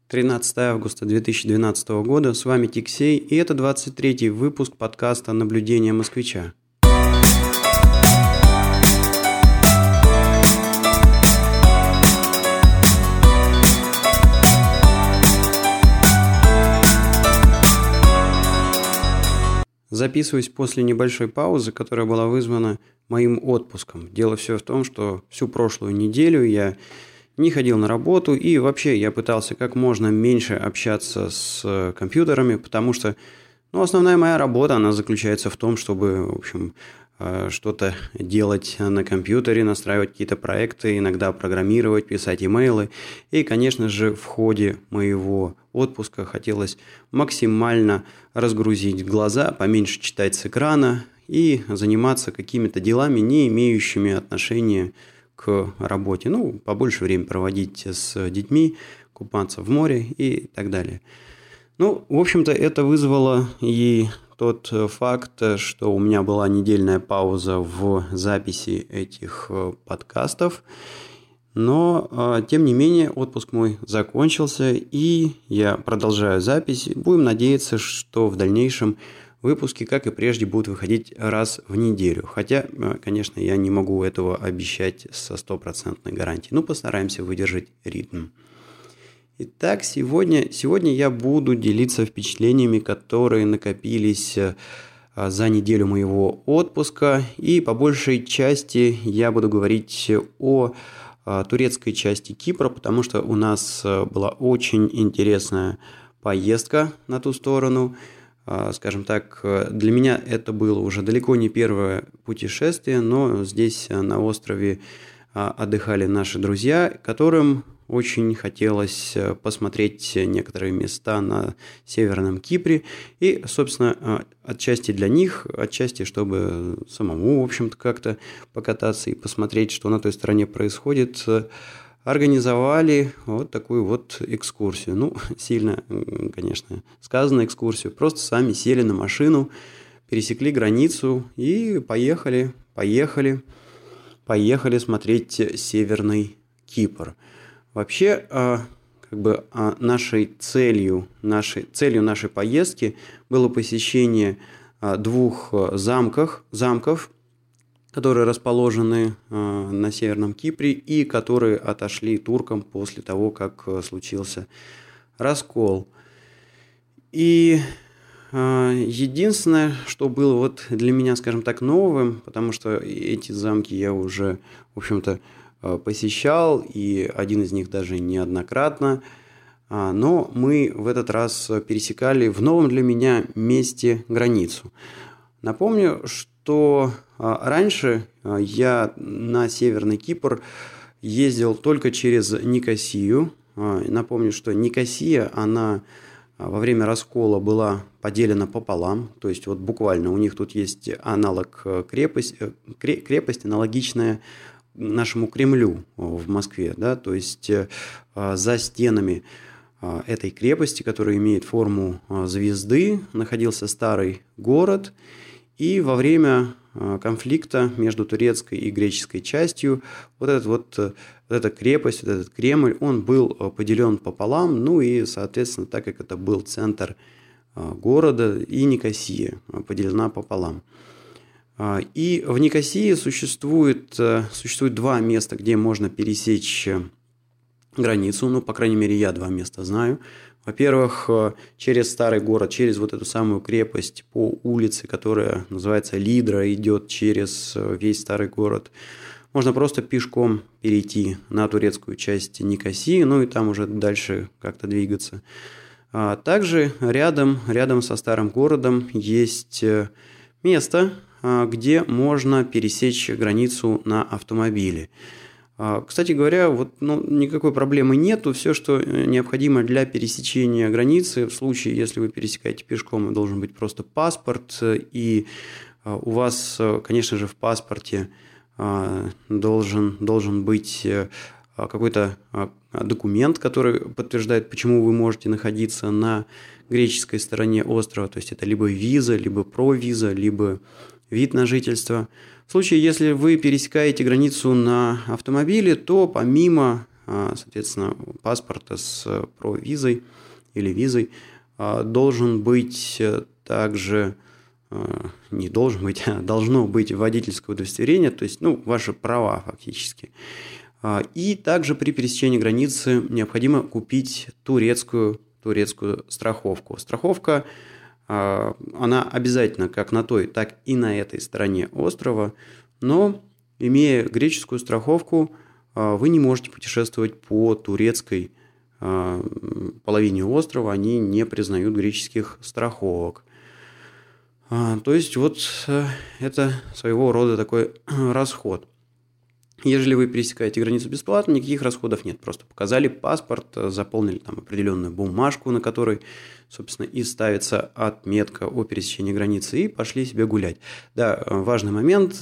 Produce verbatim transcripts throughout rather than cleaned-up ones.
тринадцатое августа две тысячи двенадцатого года, с вами Тиксей, и это двадцать третий выпуск подкаста «Наблюдение москвича». Записываюсь после небольшой паузы, которая была вызвана моим отпуском. Дело все в том, что всю прошлую неделю я не ходил на работу, и вообще я пытался как можно меньше общаться с компьютерами, потому что ну, основная моя работа, она заключается в том, чтобы, в общем, что-то делать на компьютере, настраивать какие-то проекты, иногда программировать, писать имейлы. И, конечно же, в ходе моего отпуска хотелось максимально разгрузить глаза, поменьше читать с экрана и заниматься какими-то делами, не имеющими отношения к работе. Ну, побольше времени проводить с детьми, купаться в море и так далее. Ну, в общем-то, это вызвало и тот факт, что у меня была недельная пауза в записи этих подкастов. Но, тем не менее, отпуск мой закончился, и я продолжаю запись. Будем надеяться, что в дальнейшем выпуски, как и прежде, будут выходить раз в неделю. Хотя, конечно, я не могу этого обещать со стопроцентной гарантией. Ну, постараемся выдержать ритм. Итак, сегодня, сегодня я буду делиться впечатлениями, которые накопились за неделю моего отпуска. И по большей части я буду говорить о турецкой части Кипра, потому что у нас была очень интересная поездка на ту сторону. Скажем так, для меня это было уже далеко не первое путешествие, но здесь на острове отдыхали наши друзья, которым очень хотелось посмотреть некоторые места на Северном Кипре. И, собственно, отчасти для них, отчасти, чтобы самому, в общем-то, как-то покататься и посмотреть, что на той стороне происходит, организовали вот такую вот экскурсию. Ну, сильно, конечно, сказано экскурсию. Просто сами сели на машину, пересекли границу и поехали, поехали, поехали смотреть Северный Кипр. Вообще, как бы нашей целью, нашей, целью нашей поездки было посещение двух замков, замков, которые расположены на Северном Кипре и которые отошли туркам после того, как случился раскол. И единственное, что было вот для меня, скажем так, новым, потому что эти замки я уже, в общем-то, посещал, и один из них даже неоднократно, но мы в этот раз пересекали в новом для меня месте границу. Напомню, что раньше я на Северный Кипр ездил только через Никосию. Напомню, что Никосия, она во время раскола была поделена пополам, то есть вот буквально у них тут есть аналог крепости, крепость аналогичная нашему Кремлю в Москве, да, то есть за стенами этой крепости, которая имеет форму звезды, находился старый город, и во время конфликта между турецкой и греческой частью вот, этот вот, вот эта крепость, вот этот Кремль, он был поделен пополам, ну и, соответственно, так как это был центр города, и Никосия поделена пополам. И в Никосии существует, существует два места, где можно пересечь границу, ну, по крайней мере, я два места знаю. Во-первых, через старый город, через вот эту самую крепость по улице, которая называется Лидра, идет через весь старый город. Можно просто пешком перейти на турецкую часть Никосии, ну и там уже дальше как-то двигаться. Также рядом, рядом со старым городом есть место, где можно пересечь границу на автомобиле. Кстати говоря, вот, ну, никакой проблемы нету. Все, что необходимо для пересечения границы, в случае, если вы пересекаете пешком, должен быть просто паспорт. И у вас, конечно же, в паспорте должен, должен быть какой-то документ, который подтверждает, почему вы можете находиться на греческой стороне острова. То есть это либо виза, либо провиза, либо вид на жительство. В случае, если вы пересекаете границу на автомобиле, то помимо соответственно, паспорта с провизой или визой должен быть также, не должен быть, а должно быть водительское удостоверение, то есть, ну, ваши права фактически. И также при пересечении границы необходимо купить турецкую, турецкую страховку. Страховка, она обязательно как на той, так и на этой стороне острова, но имея греческую страховку, вы не можете путешествовать по турецкой половине острова, они не признают греческих страховок. То есть вот это своего рода такой расход. Если вы пересекаете границу бесплатно, никаких расходов нет. Просто показали паспорт, заполнили там определенную бумажку, на которой, собственно, и ставится отметка о пересечении границы, и пошли себе гулять. Да, важный момент.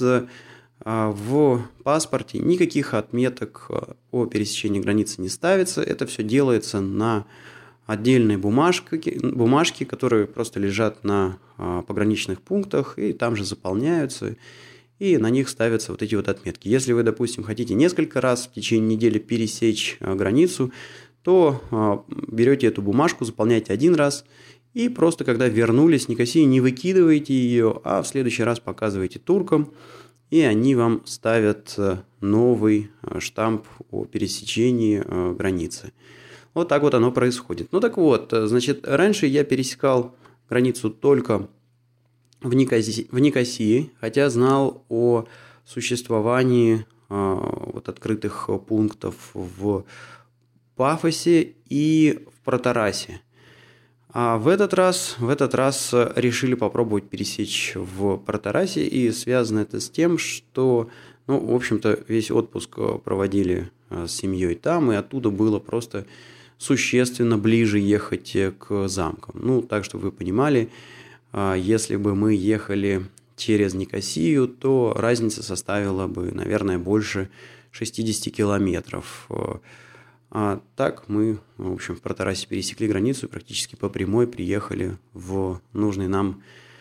В паспорте никаких отметок о пересечении границы не ставится. Это все делается на отдельной бумажке, бумажки, которые просто лежат на пограничных пунктах и там же заполняются. И на них ставятся вот эти вот отметки. Если вы, допустим, хотите несколько раз в течение недели пересечь границу, то берете эту бумажку, заполняете один раз и просто, когда вернулись в Никосию, не выкидываете ее, а в следующий раз показываете туркам, и они вам ставят новый штамп о пересечении границы. Вот так вот оно происходит. Ну так вот, значит, раньше я пересекал границу только в Никосии, в Никосии, хотя знал о существовании вот, открытых пунктов в Пафосе и в Протарасе. А в этот раз, в этот раз решили попробовать пересечь в Протарасе, и связано это с тем, что, ну, в общем-то, весь отпуск проводили с семьей там, и оттуда было просто существенно ближе ехать к замкам. Ну, так, чтобы вы понимали, если бы мы ехали через Никосию, то разница составила бы, наверное, больше шестьдесят километров. А так мы, в общем, в Протарасе пересекли границу и практически по прямой приехали в нужный нам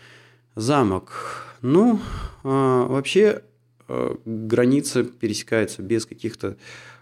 замок. Ну, вообще, граница пересекается без каких-то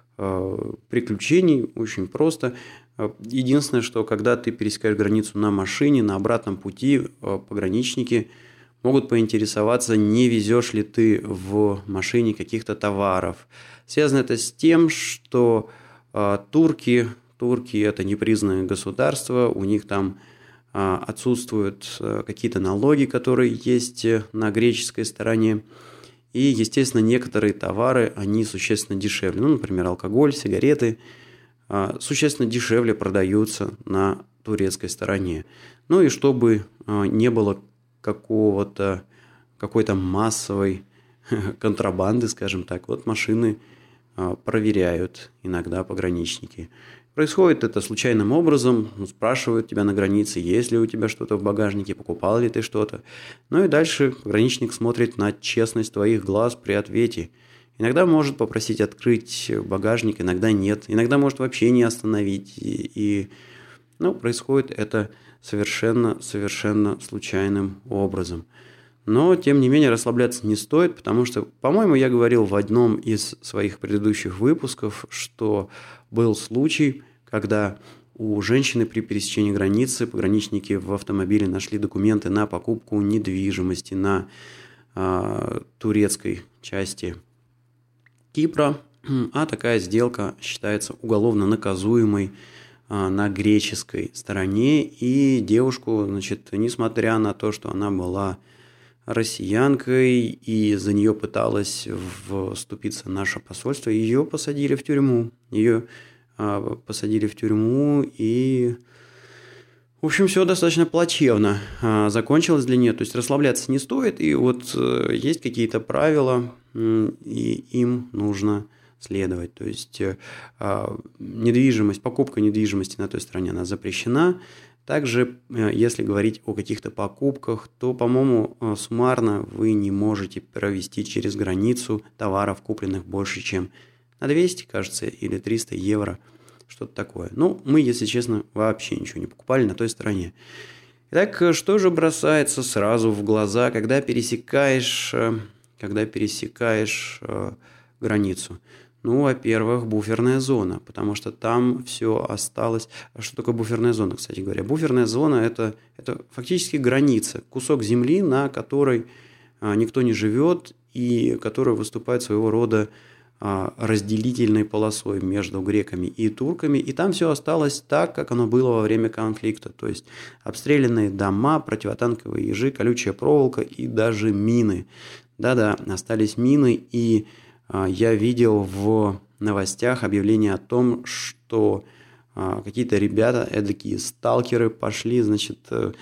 приключений, очень просто. Единственное, что когда ты пересекаешь границу на машине, на обратном пути пограничники могут поинтересоваться, не везешь ли ты в машине каких-то товаров. Связано это с тем, что турки, турки это непризнанное государство, у них там отсутствуют какие-то налоги, которые есть на греческой стороне. И, естественно, некоторые товары, они существенно дешевле. Ну, например, алкоголь, сигареты существенно дешевле продаются на турецкой стороне. Ну и чтобы не было какого-то, какой-то массовой контрабанды, скажем так, вот машины проверяют иногда пограничники. Происходит это случайным образом, спрашивают тебя на границе, есть ли у тебя что-то в багажнике, покупал ли ты что-то. Ну и дальше пограничник смотрит на честность твоих глаз при ответе. Иногда может попросить открыть багажник, иногда нет, иногда может вообще не остановить. И, и ну, происходит это совершенно, совершенно случайным образом. Но, тем не менее, расслабляться не стоит, потому что, по-моему, я говорил в одном из своих предыдущих выпусков, что был случай, когда у женщины при пересечении границы пограничники в автомобиле нашли документы на покупку недвижимости на э, турецкой части Кипра, а такая сделка считается уголовно наказуемой э, на греческой стороне, и девушку, значит, несмотря на то, что она была россиянкой и за нее пыталось вступиться наше посольство, ее посадили в тюрьму. Ее а, посадили в тюрьму, и, в общем, все достаточно плачевно а, закончилось для нее. То есть расслабляться не стоит, и вот а, есть какие-то правила, и им нужно следовать. То есть а, недвижимость, покупка недвижимости на той стороне, она запрещена. Также, если говорить о каких-то покупках, то, по-моему, суммарно вы не можете провести через границу товаров, купленных больше, чем на двести, кажется, или триста евро, что-то такое. Ну, мы, если честно, вообще ничего не покупали на той стороне. Итак, что же бросается сразу в глаза, когда пересекаешь, когда пересекаешь границу? Ну, во-первых, буферная зона, потому что там все осталось. А что такое буферная зона, кстати говоря? Буферная зона это, это фактически граница, кусок земли, на которой а, никто не живет и которая выступает своего рода а, разделительной полосой между греками и турками. И там все осталось так, как оно было во время конфликта. То есть обстрелянные дома, противотанковые ежи, колючая проволока и даже мины. Да-да, остались мины, и я видел в новостях объявление о том, что какие-то ребята, эдакие сталкеры, пошли, значит,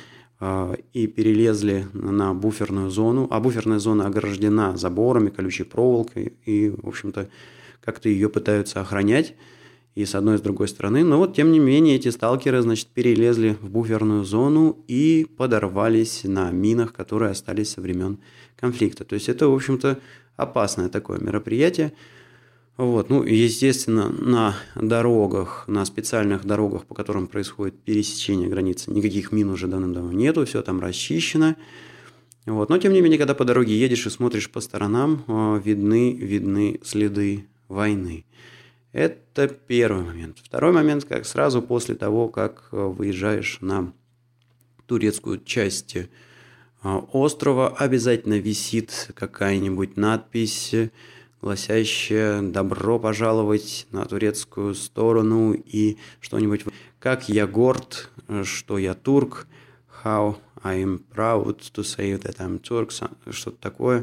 и перелезли на буферную зону, а буферная зона ограждена заборами, колючей проволокой, и, в общем-то, как-то ее пытаются охранять и с одной, и с другой стороны. Но вот, тем не менее, эти сталкеры, значит, перелезли в буферную зону и подорвались на минах, которые остались со времен конфликта. То есть это, в общем-то, опасное такое мероприятие. Вот. Ну, естественно, на дорогах, на специальных дорогах, по которым происходит пересечение границы, никаких мин уже давным-давно нету, все там расчищено. Вот. Но, тем не менее, когда по дороге едешь и смотришь по сторонам, видны, видны следы войны. Это первый момент. Второй момент, как сразу после того, как выезжаешь на турецкую часть острова, обязательно висит какая-нибудь надпись, гласящая «Добро пожаловать на турецкую сторону» и что-нибудь «Как я горд, что я турк», «How I am proud to say that I'm Turk», что-то такое.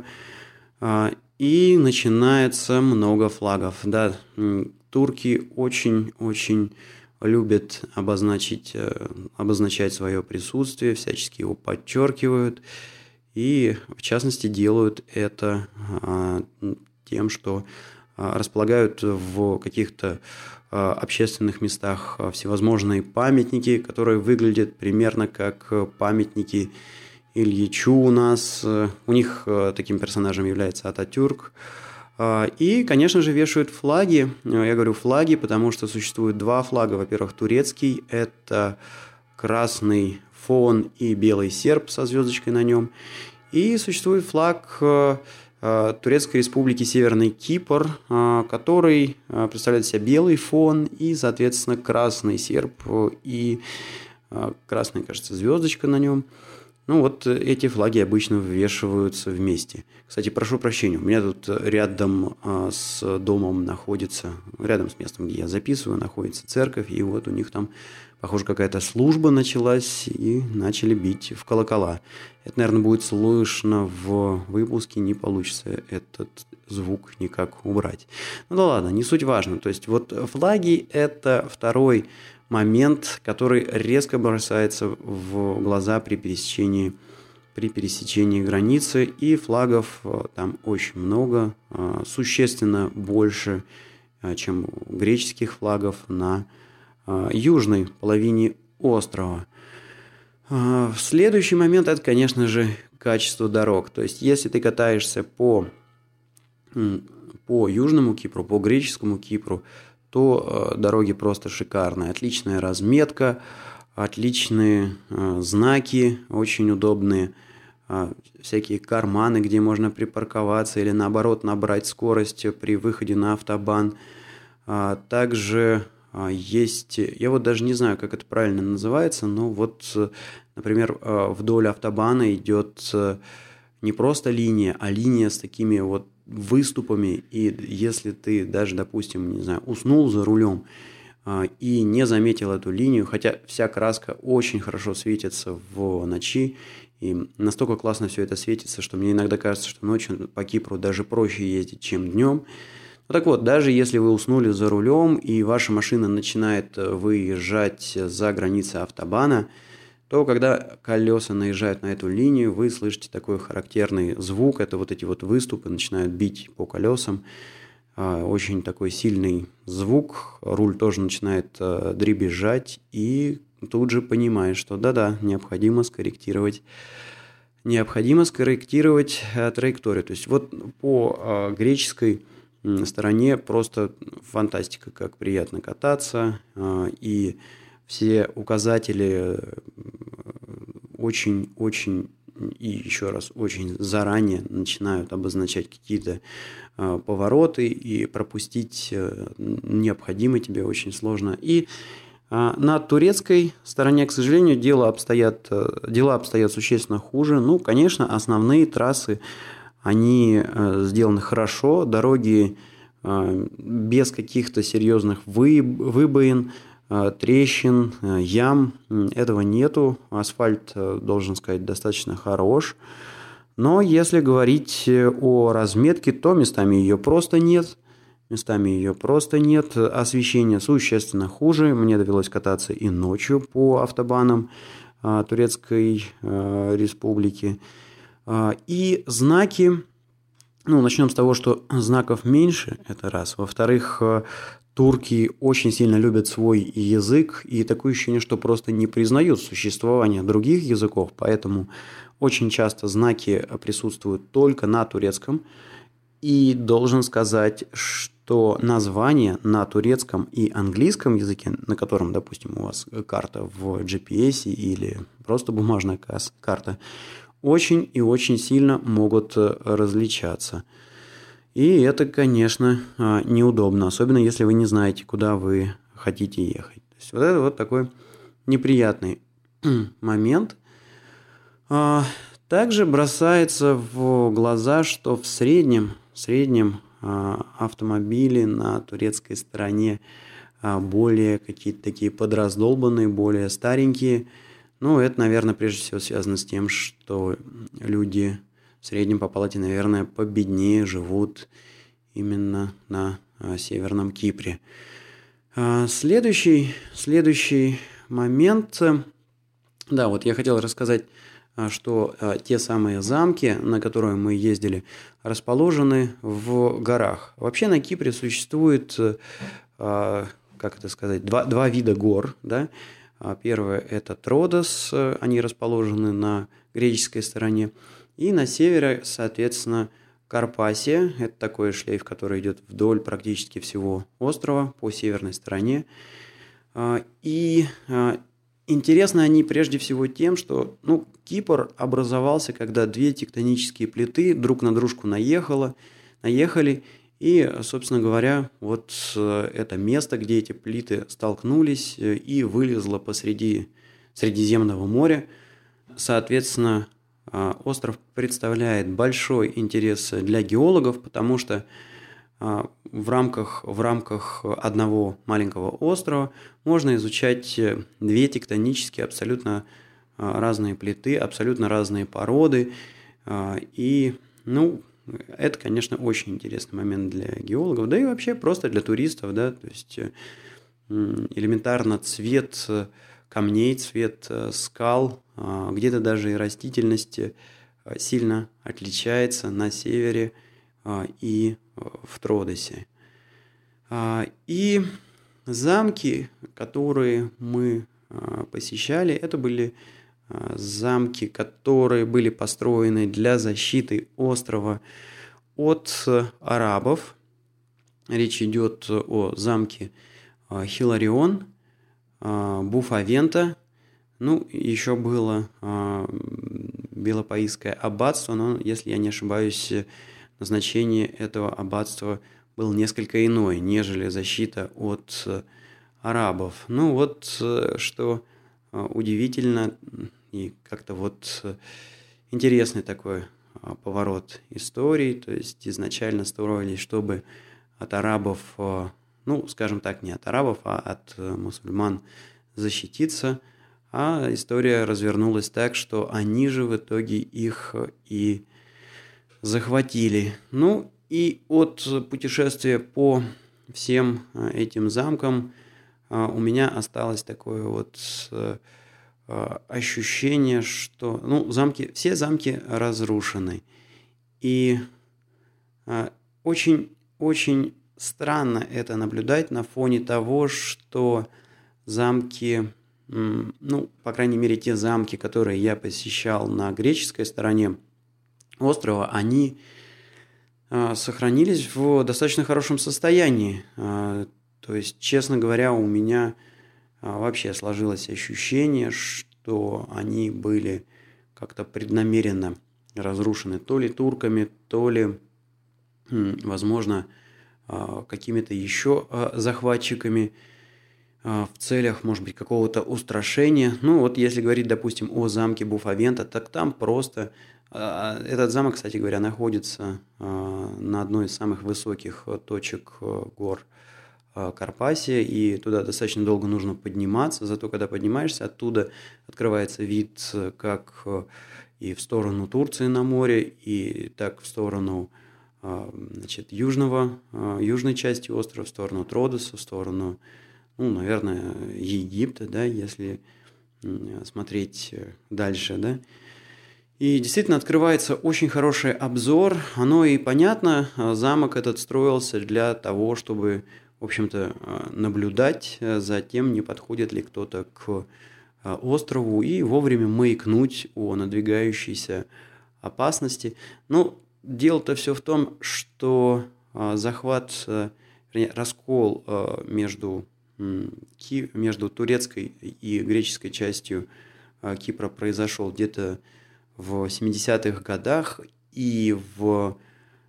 И начинается много флагов. Да, турки очень-очень любят обозначить, обозначать свое присутствие, всячески его подчеркивают. И, в частности, делают это тем, что располагают в каких-то общественных местах всевозможные памятники, которые выглядят примерно как памятники Ильичу у нас. У них таким персонажем является Ататюрк. И, конечно же, вешают флаги. Я говорю флаги, потому что существует два флага. Во-первых, турецкий – это красный фон и белый серп со звездочкой на нем. И существует флаг Турецкой Республики Северный Кипр, который представляет из себя белый фон и, соответственно, красный серп и красная, кажется, звездочка на нем. Ну, вот эти флаги обычно вывешиваются вместе. Кстати, прошу прощения, у меня тут рядом а, с домом находится, рядом с местом, где я записываю, находится церковь, и вот у них там, похоже, какая-то служба началась, и начали бить в колокола. Это, наверное, будет слышно в выпуске, не получится этот звук никак убрать. Ну да ладно, не суть важно. То есть вот флаги – это второй момент, который резко бросается в глаза при пересечении, при пересечении границы, и флагов там очень много, существенно больше, чем греческих флагов на южной половине острова. Следующий момент – это, конечно же, качество дорог. То есть, если ты катаешься по, по Южному Кипру, по греческому Кипру, то дороги просто шикарные. Отличная разметка, отличные знаки, очень удобные всякие карманы, где можно припарковаться или, наоборот, набрать скорость при выходе на автобан. Также есть, я вот даже не знаю, как это правильно называется, но вот, например, вдоль автобана идет не просто линия, а линия с такими вот выступами, и если ты даже, допустим, не знаю, уснул за рулем и не заметил эту линию, хотя вся краска очень хорошо светится в ночи, и настолько классно все это светится, что мне иногда кажется, что ночью по Кипру даже проще ездить, чем днем. Ну так вот, даже если вы уснули за рулем, и ваша машина начинает выезжать за границы автобана, то когда колеса наезжают на эту линию, вы слышите такой характерный звук. Это вот эти вот выступы начинают бить по колесам. Очень такой сильный звук. Руль тоже начинает дребезжать. И тут же понимаешь, что да-да, необходимо скорректировать, необходимо скорректировать траекторию. То есть вот по греческой стороне просто фантастика, как приятно кататься. И все указатели очень-очень и еще раз очень заранее начинают обозначать какие-то э, повороты, и пропустить э, необходимо тебе очень сложно. И э, на турецкой стороне, к сожалению, дело обстоят, э, дела обстоят существенно хуже. Ну, конечно, основные трассы, они э, сделаны хорошо, дороги э, без каких-то серьезных вы, выбоин, трещин, ям, этого нету. Асфальт, должен сказать, достаточно хорош. Но если говорить о разметке, то местами ее просто нет. Местами ее просто нет. Освещение существенно хуже. Мне довелось кататься и ночью по автобанам Турецкой Республики. И знаки, ну, начнем с того, что знаков меньше, это раз. Во-вторых, турки очень сильно любят свой язык, и такое ощущение, что просто не признают существование других языков, поэтому очень часто знаки присутствуют только на турецком. И должен сказать, что названия на турецком и английском языке, на котором, допустим, у вас карта в джи пи эс или просто бумажная карта, очень и очень сильно могут различаться. И это, конечно, неудобно, особенно если вы не знаете, куда вы хотите ехать. То есть вот это вот такой неприятный момент. Также бросается в глаза, что в среднем, в среднем автомобили на турецкой стороне более какие-то такие подраздолбанные, более старенькие. Ну, это, наверное, прежде всего связано с тем, что люди в среднем по палате, наверное, победнее живут именно на Северном Кипре. Следующий, следующий момент. Да, вот я хотел рассказать, что те самые замки, на которые мы ездили, расположены в горах. Вообще на Кипре существует, как это сказать, два, два вида гор, да. Первое – это Тродос, они расположены на греческой стороне. И на севере, соответственно, Карпасия. Это такой шлейф, который идет вдоль практически всего острова по северной стороне. И интересны они прежде всего тем, что ну, Кипр образовался, когда две тектонические плиты друг на дружку наехало, наехали. И, собственно говоря, вот это место, где эти плиты столкнулись и вылезло посреди Средиземного моря. Соответственно, остров представляет большой интерес для геологов, потому что в рамках, в рамках одного маленького острова можно изучать две тектонические абсолютно разные плиты, абсолютно разные породы. И, ну, это, конечно, очень интересный момент для геологов, да и вообще просто для туристов, да, то есть элементарно цвет камней, цвет скал, где-то даже и растительность сильно отличается на севере и в Тродосе. И замки, которые мы посещали, это были замки, которые были построены для защиты острова от арабов. Речь идет о замке Хиларион, Буфавента. Ну, еще было Белопаисское аббатство, но, если я не ошибаюсь, назначение этого аббатства было несколько иное, нежели защита от арабов. Ну, вот что удивительно и как-то вот интересный такой поворот истории. То есть изначально строились, чтобы от арабов, ну, скажем так, не от арабов, а от мусульман защититься. А история развернулась так, что они же в итоге их и захватили. Ну, и от путешествия по всем этим замкам у меня осталось такое вот ощущение, что, ну, замки, все замки разрушены. И очень-очень странно это наблюдать на фоне того, что замки, ну, по крайней мере, те замки, которые я посещал на греческой стороне острова, они сохранились в достаточно хорошем состоянии. То есть, честно говоря, у меня вообще сложилось ощущение, что они были как-то преднамеренно разрушены то ли турками, то ли, возможно, какими-то еще захватчиками в целях, может быть, какого-то устрашения. Ну, вот если говорить, допустим, о замке Буфавента, так там просто... Этот замок, кстати говоря, находится на одной из самых высоких точек гор Карпасия, и туда достаточно долго нужно подниматься, зато когда поднимаешься, оттуда открывается вид как и в сторону Турции на море, и так в сторону, значит, южного, южной части острова, в сторону Тродоса, в сторону, ну, наверное, Египта, да, если смотреть дальше, да. И действительно открывается очень хороший обзор. Оно и понятно, замок этот строился для того, чтобы, в общем-то, наблюдать за тем, не подходит ли кто-то к острову, и вовремя маякнуть о надвигающейся опасности. Но дело-то все в том, что захват, вернее, раскол между, между турецкой и греческой частью Кипра произошел где-то в семидесятых годах, и в,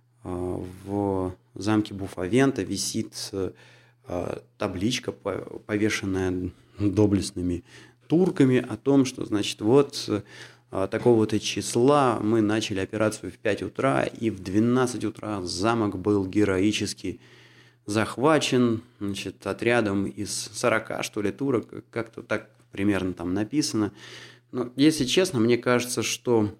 в замке Буфавента висит табличка, повешенная доблестными турками, о том, что, значит, вот такого-то числа мы начали операцию в пять утра, и в двенадцать утра замок был героически захвачен, значит, отрядом из сорока, что ли, турок, как-то так примерно там написано. Но, если честно, мне кажется, что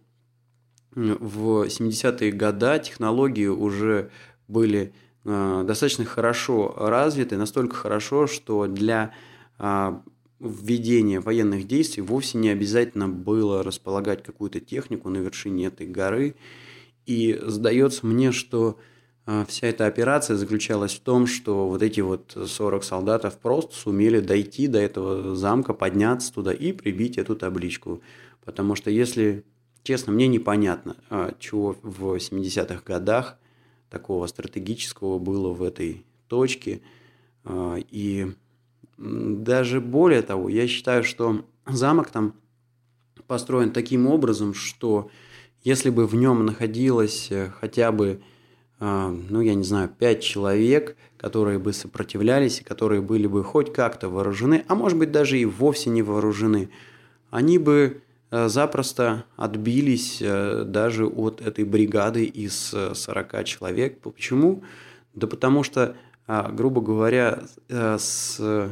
в семидесятые годы технологии уже были э, достаточно хорошо развиты, настолько хорошо, что для э, введения военных действий вовсе не обязательно было располагать какую-то технику на вершине этой горы. И сдается мне, что э, вся эта операция заключалась в том, что вот эти вот сорок солдатов просто сумели дойти до этого замка, подняться туда и прибить эту табличку. Потому что, если честно, мне непонятно, чего в семидесятых годах такого стратегического было в этой точке. И даже более того, я считаю, что замок там построен таким образом, что если бы в нем находилось хотя бы, ну, я не знаю, пять человек, которые бы сопротивлялись и которые были бы хоть как-то вооружены, а может быть даже и вовсе не вооружены, они бы запросто отбились даже от этой бригады из сорока человек. Почему? Да потому что, грубо говоря, с,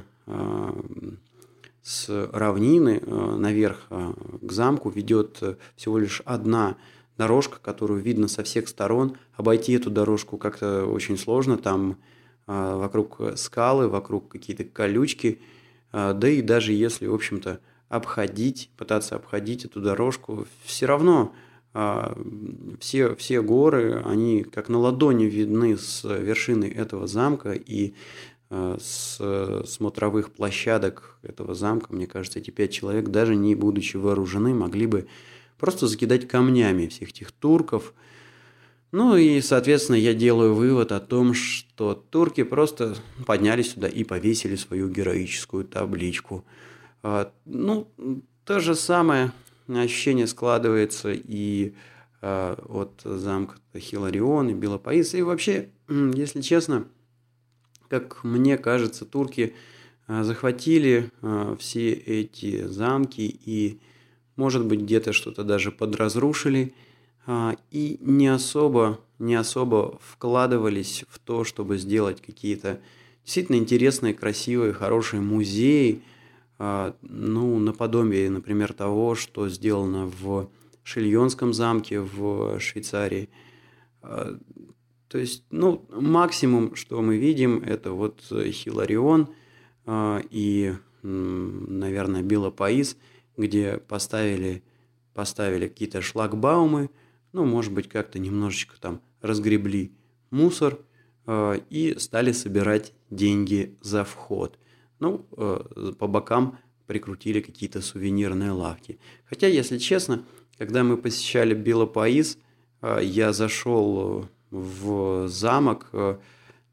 с равнины наверх к замку ведет всего лишь одна дорожка, которую видно со всех сторон. Обойти эту дорожку как-то очень сложно, там вокруг скалы, вокруг какие-то колючки, да и даже если, в общем-то, обходить, пытаться обходить эту дорожку, все равно а, все, все горы, они как на ладони видны с вершины этого замка, и а, с смотровых площадок этого замка, мне кажется, эти пять человек, даже не будучи вооружены, могли бы просто закидать камнями всех этих турков. Ну и, соответственно, я делаю вывод о том, что турки просто поднялись сюда и повесили свою героическую табличку. Ну, то же самое ощущение складывается и э, от замка Хиларион и Белопаис. И вообще, если честно, как мне кажется, турки э, захватили э, все эти замки и, может быть, где-то что-то даже подразрушили, э, и не особо, не особо вкладывались в то, чтобы сделать какие-то действительно интересные, красивые, хорошие музеи, ну, наподобие, например, того, что сделано в Шильонском замке в Швейцарии. То есть, ну, максимум, что мы видим, это вот Хиларион и, наверное, Белопаис, где поставили, поставили какие-то шлагбаумы, ну, может быть, как-то немножечко там разгребли мусор и стали собирать деньги за вход. Ну, по бокам прикрутили какие-то сувенирные лавки. Хотя, если честно, когда мы посещали Белопаис, я зашел в замок,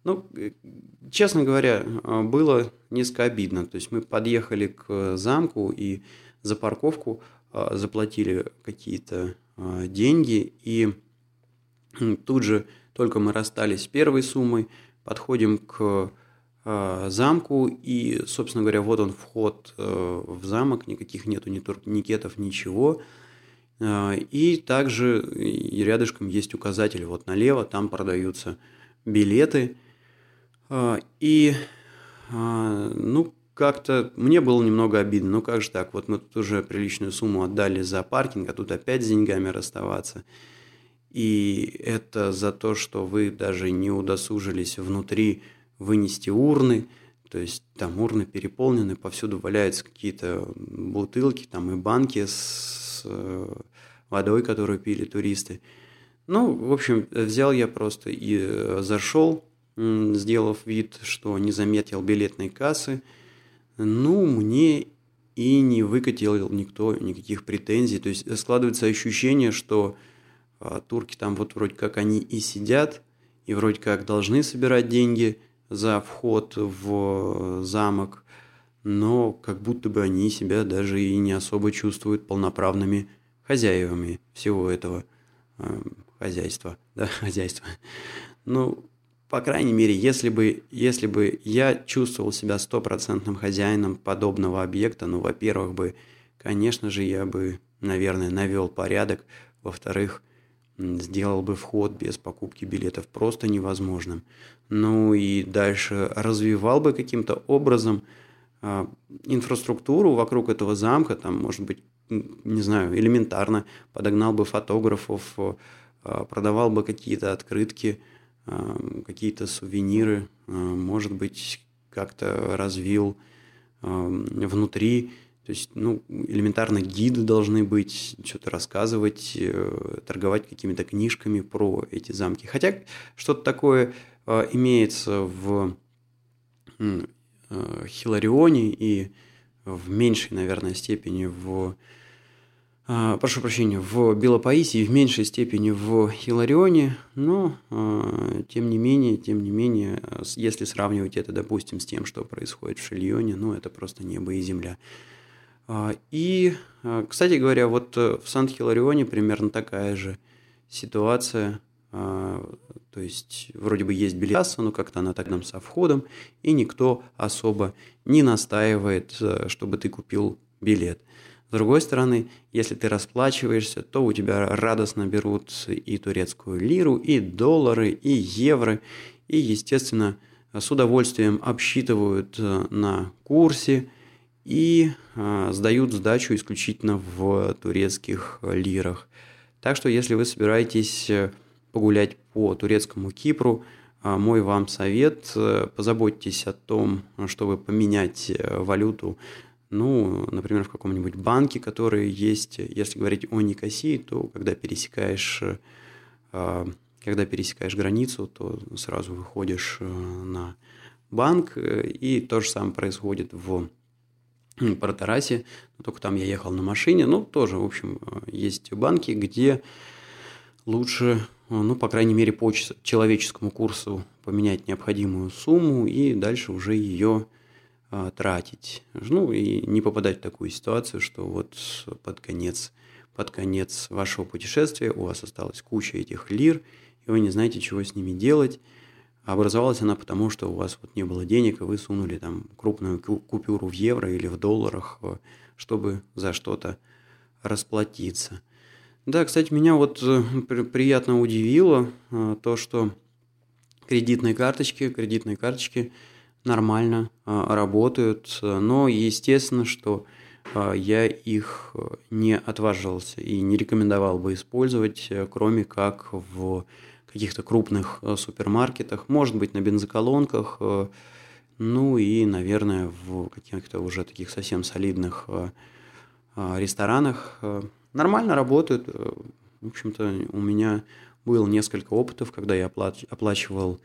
Ну, честно говоря, было несколько обидно. То есть мы подъехали к замку и за парковку заплатили какие-то деньги, и тут же только мы расстались с первой суммой, подходим к замку, и, собственно говоря, вот он вход в замок, никаких нету ни турникетов, ничего. И также рядышком есть указатель, вот налево, там продаются билеты. И, ну, как-то мне было немного обидно. Ну, как же так, вот мы тут уже приличную сумму отдали за паркинг, а тут опять с деньгами расставаться. И это за то, что вы даже не удосужились внутри вынести урны, то есть там урны переполнены, повсюду валяются какие-то бутылки там и банки с водой, которую пили туристы. Ну, в общем, взял я просто и зашел, сделав вид, что не заметил билетной кассы. Ну, мне и не выкатил никто никаких претензий. То есть складывается ощущение, что турки там вот вроде как они и сидят, и вроде как должны собирать деньги за вход в замок, но как будто бы они себя даже и не особо чувствуют полноправными хозяевами всего этого э, хозяйства, да, хозяйства. Ну, по крайней мере, если бы, если бы я чувствовал себя стопроцентным хозяином подобного объекта, ну, во-первых бы, конечно же, я бы, наверное, навел порядок, во-вторых, сделал бы вход без покупки билетов просто невозможным. Ну и дальше развивал бы каким-то образом э, инфраструктуру вокруг этого замка, там, может быть, не знаю, элементарно подогнал бы фотографов, э, продавал бы какие-то открытки, э, какие-то сувениры, э, может быть, как-то развил э, внутри. То есть, ну, элементарно гиды должны быть, что-то рассказывать, торговать какими-то книжками про эти замки. Хотя что-то такое имеется в Хиларионе и в меньшей, наверное, степени в... Прошу прощения, в Белопаисе и в меньшей степени в Хиларионе, но, тем не менее, тем не менее, если сравнивать это, допустим, с тем, что происходит в Шильоне, ну, это просто небо и земля. И, кстати говоря, вот в Сан-Хиларионе примерно такая же ситуация. То есть вроде бы есть билет, но как-то она так нам со входом, и никто особо не настаивает, чтобы ты купил билет. С другой стороны, если ты расплачиваешься, то у тебя радостно берут и турецкую лиру, и доллары, и евро, и, естественно, с удовольствием обсчитывают на курсе, и э, сдают сдачу исключительно в турецких лирах. Так что, если вы собираетесь погулять по турецкому Кипру, э, мой вам совет, э, позаботьтесь о том, чтобы поменять валюту, ну, например, в каком-нибудь банке, который есть. Если говорить о Никосии, то когда пересекаешь, э, когда пересекаешь границу, то сразу выходишь на банк, и то же самое происходит в Портарасе, только там я ехал на машине, ну, тоже, в общем, есть банки, где лучше, ну, по крайней мере, по человеческому курсу поменять необходимую сумму и дальше уже ее а, тратить. Ну, и не попадать в такую ситуацию, что вот под конец, под конец вашего путешествия у вас осталась куча этих лир, и вы не знаете, чего с ними делать. А образовалась она потому, что у вас вот не было денег, и вы сунули там крупную купюру в евро или в долларах, чтобы за что-то расплатиться. Да, кстати, меня вот приятно удивило то, что кредитные карточки, кредитные карточки нормально работают, но естественно, что я их не отваживался и не рекомендовал бы использовать, кроме как в каких-то крупных супермаркетах, может быть, на бензоколонках, ну и, наверное, в каких-то уже таких совсем солидных ресторанах. Нормально работают. В общем-то, у меня было несколько опытов, когда я оплачивал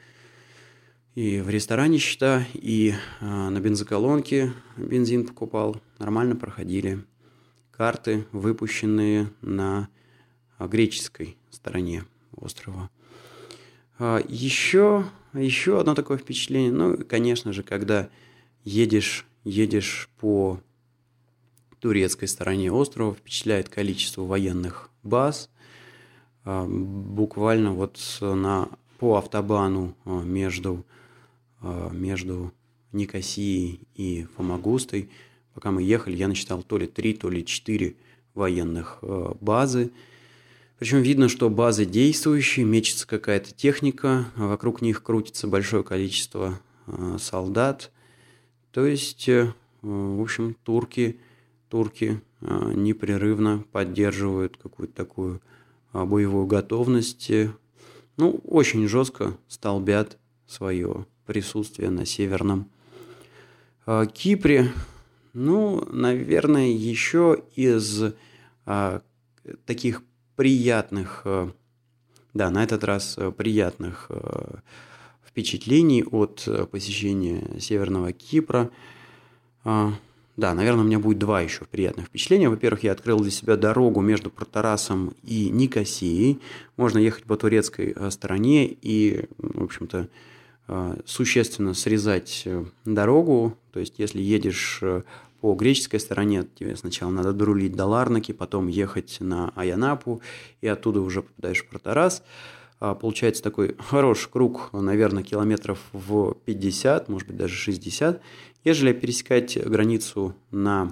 и в ресторане счета, и на бензоколонке бензин покупал. Нормально проходили. Карты, выпущенные на греческой стороне острова. Еще, еще одно такое впечатление, ну, конечно же, когда едешь, едешь по турецкой стороне острова, впечатляет количество военных баз. Буквально вот на, по автобану между, между Никосией и Фомагустой, пока мы ехали, я насчитал то ли три, то ли четыре военных базы. Причем видно, что базы действующие, мечется какая-то техника, вокруг них крутится большое количество солдат. То есть, в общем, турки, турки непрерывно поддерживают какую-то такую боевую готовность. Ну, очень жестко столбят свое присутствие на Северном Кипре. Ну, наверное, еще из а, таких приятных, да, на этот раз приятных впечатлений от посещения Северного Кипра. Да, наверное, у меня будет два еще приятных впечатления. Во-первых, я открыл для себя дорогу между Протарасом и Никосией. Можно ехать по турецкой стороне и, в общем-то, существенно срезать дорогу. То есть, если едешь по греческой стороне, тебе сначала надо дорулить до Ларнаки, потом ехать на Айанапу, и оттуда уже попадаешь в Протарас. Получается такой хороший круг, наверное, километров в пятьдесят, может быть, даже шестьдесят. Ежели пересекать границу на,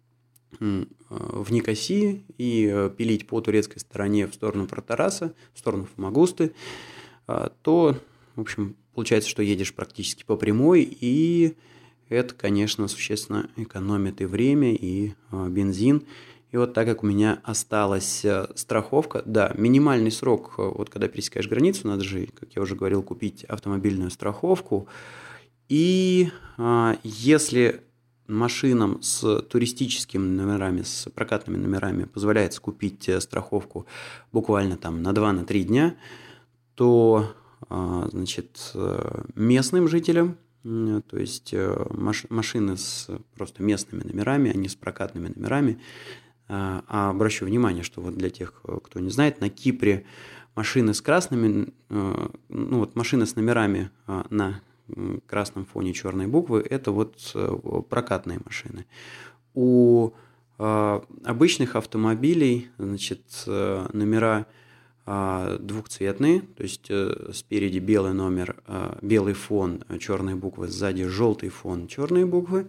в Никосии и пилить по турецкой стороне в сторону Протараса, в сторону Фомагусты, то, в общем, получается, что едешь практически по прямой, и это, конечно, существенно экономит и время, и бензин. И вот так как у меня осталась страховка, да, минимальный срок, вот когда пересекаешь границу, надо же, как я уже говорил, купить автомобильную страховку. И а, если машинам с туристическими номерами, с прокатными номерами позволяется купить страховку буквально там на два-три дня, то, а, значит, местным жителям, то есть машины с просто местными номерами, а не с прокатными номерами. А обращу внимание, что вот для тех, кто не знает, на Кипре машины с красными, ну вот машины с номерами на красном фоне черной буквы, это вот прокатные машины. У обычных автомобилей, значит, номера двухцветные, то есть спереди белый номер, белый фон, черные буквы, сзади желтый фон, черные буквы.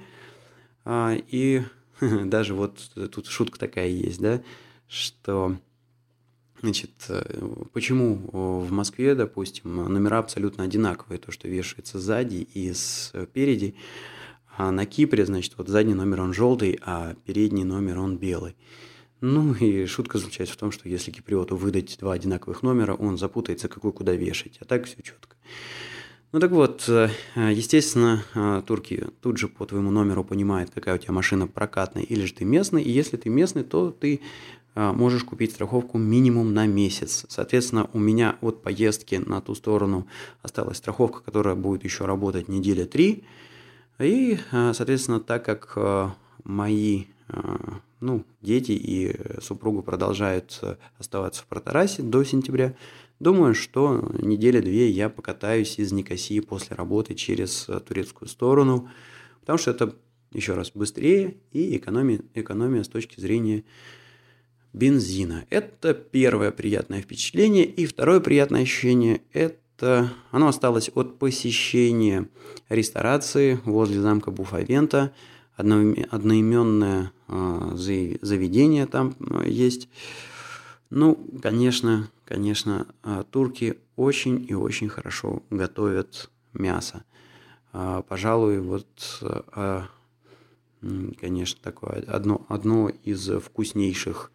И даже вот тут шутка такая есть, да, что, значит, почему в Москве, допустим, номера абсолютно одинаковые, то, что вешается сзади и спереди, а на Кипре, значит, вот задний номер он желтый, а передний номер он белый. Ну и шутка заключается в том, что если киприоту выдать два одинаковых номера, он запутается, какой куда вешать, а так все четко. Ну так вот, естественно, турки тут же по твоему номеру понимают, какая у тебя машина прокатная или же ты местный, и если ты местный, то ты можешь купить страховку минимум на месяц. Соответственно, у меня от поездки на ту сторону осталась страховка, которая будет еще работать недели три, и, соответственно, так как мои ну, дети и супруга продолжают оставаться в Протарасе до сентября, думаю, что недели-две я покатаюсь из Никосии после работы через турецкую сторону, потому что это, еще раз, быстрее и экономия, экономия с точки зрения бензина. Это первое приятное впечатление. И второе приятное ощущение – это оно осталось от посещения ресторации возле замка Буфавента. Одноименное заведение там есть. Ну, конечно, конечно, турки очень и очень хорошо готовят мясо. Пожалуй, вот, конечно, такое одно, одно из вкуснейших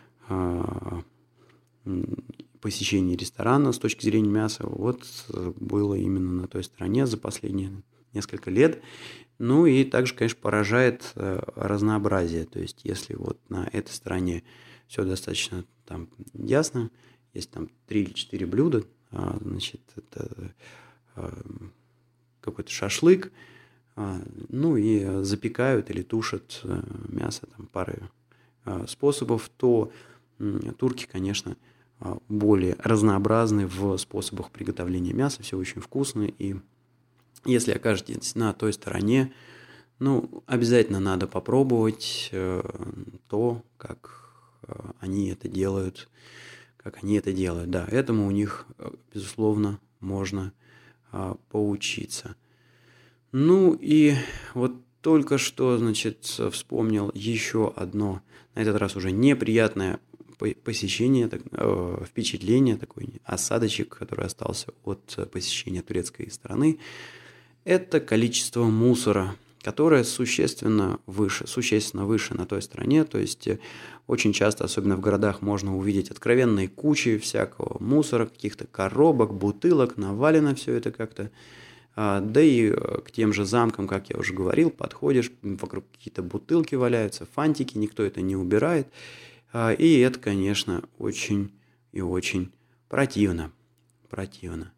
посещений ресторана с точки зрения мяса вот было именно на той стороне за последние несколько лет. Ну и также, конечно, поражает разнообразие. То есть, если вот на этой стороне все достаточно там ясно, есть там три или четыре блюда, значит, это какой-то шашлык, ну и запекают или тушат мясо там пары способов, то турки, конечно, более разнообразны в способах приготовления мяса, все очень вкусно, и если окажетесь на той стороне, ну, обязательно надо попробовать то, как они это делают, как они это делают. Да, этому у них, безусловно, можно поучиться. Ну и вот только что, значит, вспомнил еще одно, на этот раз уже неприятное посещение, э, впечатление, такой осадочек, который остался от посещения турецкой страны. Это количество мусора, которое существенно выше, существенно выше на той стороне. То есть очень часто, особенно в городах, можно увидеть откровенные кучи всякого мусора, каких-то коробок, бутылок, навалено все это как-то. Да и к тем же замкам, как я уже говорил, подходишь, вокруг какие-то бутылки валяются, фантики, никто это не убирает. И это, конечно, очень и очень противно. Противно.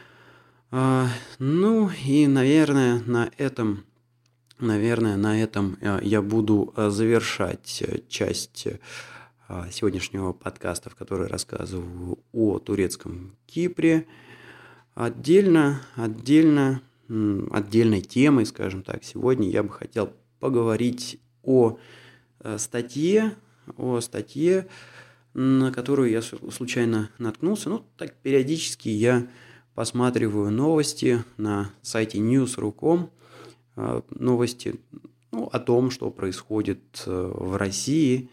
Ну и, наверное, на этом, наверное, на этом я буду завершать часть сегодняшнего подкаста, в которой рассказываю о турецком Кипре. Отдельно, отдельно, отдельной темой, скажем так, сегодня я бы хотел поговорить о статье, о статье, на которую я случайно наткнулся. Ну, так периодически я посматриваю новости на сайте ньюс точка ру точка ком, новости, ну, о том, что происходит в России.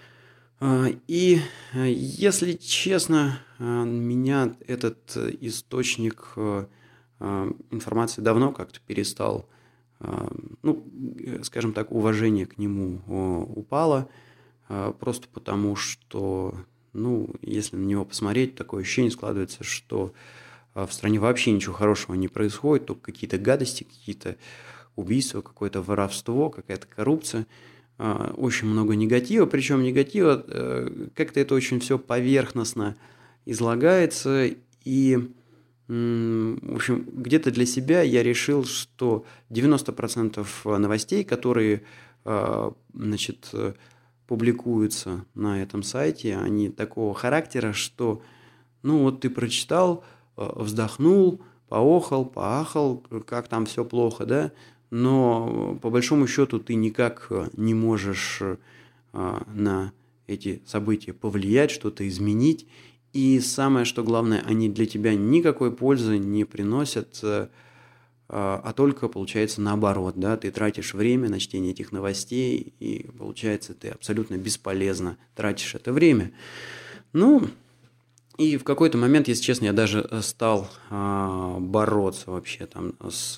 И, если честно, меня этот источник информации давно как-то перестал, ну, скажем так, уважение к нему упало, просто потому что, ну, если на него посмотреть, такое ощущение складывается, что в стране вообще ничего хорошего не происходит, только какие-то гадости, какие-то убийства, какое-то воровство, какая-то коррупция. Очень много негатива, причем негатива, как-то это очень все поверхностно излагается, и, в общем, где-то для себя я решил, что девяносто процентов новостей, которые, значит, публикуются на этом сайте, они такого характера, что, ну, вот ты прочитал, вздохнул, поохал, поахал, как там все плохо, да, но по большому счету ты никак не можешь на эти события повлиять, что-то изменить. И самое, что главное, они для тебя никакой пользы не приносят, а только, получается, наоборот. Да? Ты тратишь время на чтение этих новостей, и, получается, ты абсолютно бесполезно тратишь это время. Ну, и в какой-то момент, если честно, я даже стал бороться вообще там с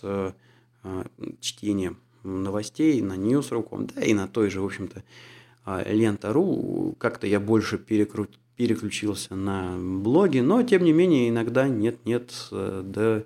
чтением новостей на ньюс точка ру точка ком, да и на той же, в общем-то, лента точка ру. Как-то я больше перекру... переключился на блоги, но, тем не менее, иногда нет-нет, да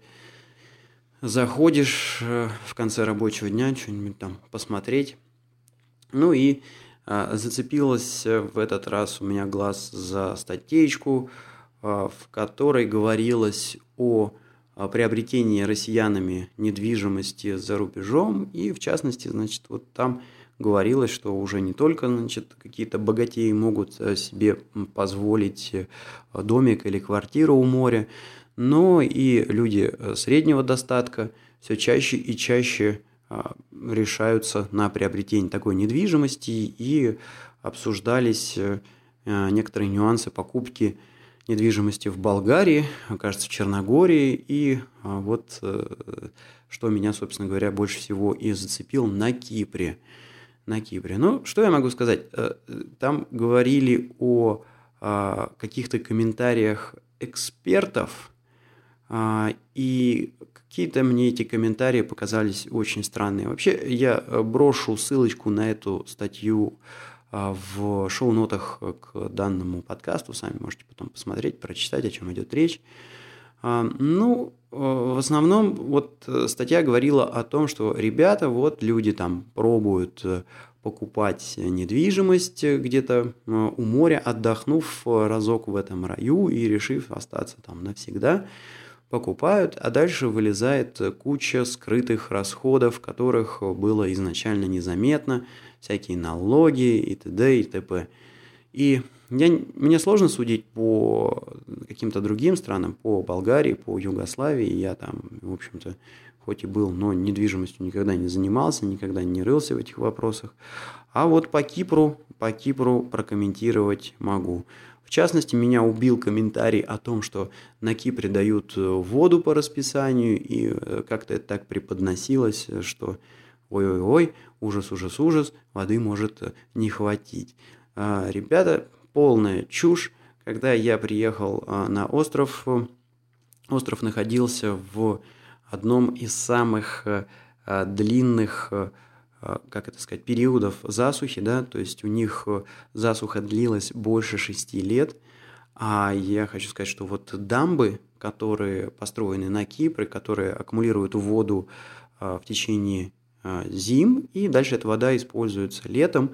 заходишь в конце рабочего дня что-нибудь там посмотреть. Ну и зацепилась в этот раз у меня глаз за статейку, в которой говорилось о приобретении россиянами недвижимости за рубежом, и в частности, значит, вот там говорилось, что уже не только, значит, какие-то богатеи могут себе позволить домик или квартиру у моря, но и люди среднего достатка все чаще и чаще решаются на приобретение такой недвижимости, и обсуждались некоторые нюансы покупки недвижимости в Болгарии, кажется, в Черногории, и вот что меня, собственно говоря, больше всего и зацепило на Кипре. На Кипре. Ну, что я могу сказать? Там говорили о каких-то комментариях экспертов, и какие-то мне эти комментарии показались очень странные. Вообще, я брошу ссылочку на эту статью в шоу-нотах к данному подкасту. Сами можете потом посмотреть, прочитать, о чем идет речь. Ну, в основном вот статья говорила о том, что ребята, вот люди там пробуют покупать недвижимость где-то у моря, отдохнув разок в этом раю и решив остаться там навсегда, покупают, а дальше вылезает куча скрытых расходов, которых было изначально незаметно, всякие налоги и т.д. и т.п. И я, мне сложно судить по каким-то другим странам, по Болгарии, по Югославии. Я там, в общем-то, хоть и был, но недвижимостью никогда не занимался, никогда не рылся в этих вопросах. А вот по Кипру, по Кипру прокомментировать могу. В частности, меня убил комментарий о том, что на Кипре дают воду по расписанию, и как-то это так преподносилось, что ой-ой-ой, ужас, ужас, ужас, воды может не хватить. Ребята, полная чушь. Когда я приехал на остров, остров находился в одном из самых длинных, как это сказать, периодов засухи, да, то есть у них засуха длилась больше шести лет, а я хочу сказать, что вот дамбы, которые построены на Кипре, которые аккумулируют воду в течение зим, и дальше эта вода используется летом.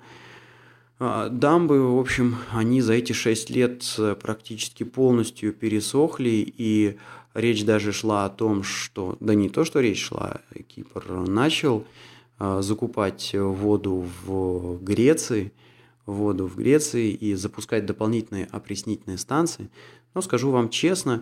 Дамбы, в общем, они за эти шесть лет практически полностью пересохли, и речь даже шла о том, что, да не то, что речь шла, Кипр начал закупать воду в Греции, воду в Греции и запускать дополнительные опреснительные станции. Но скажу вам честно,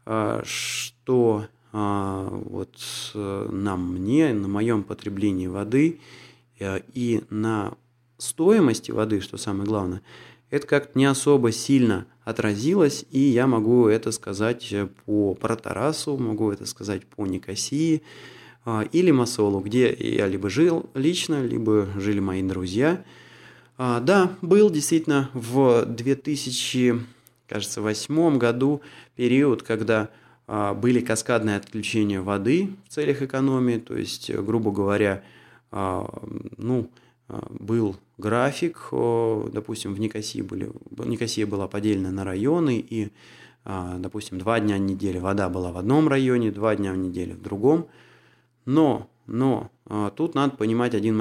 что вот на мне, на моем потреблении воды и на стоимости воды, что самое главное, это как-то не особо сильно отразилось, и я могу это сказать по Протарасу, могу это сказать по Никосии, или Масолу, где я либо жил лично, либо жили мои друзья. А, да, был действительно в две тысячи восьмом году период, когда а, были каскадные отключения воды в целях экономии, то есть, грубо говоря, а, ну, а, был график, о, допустим, в Никосии были, Никосия была поделена на районы, и, а, допустим, два дня в неделю вода была в одном районе, два дня в неделю в другом. Но, но, тут надо понимать один момент.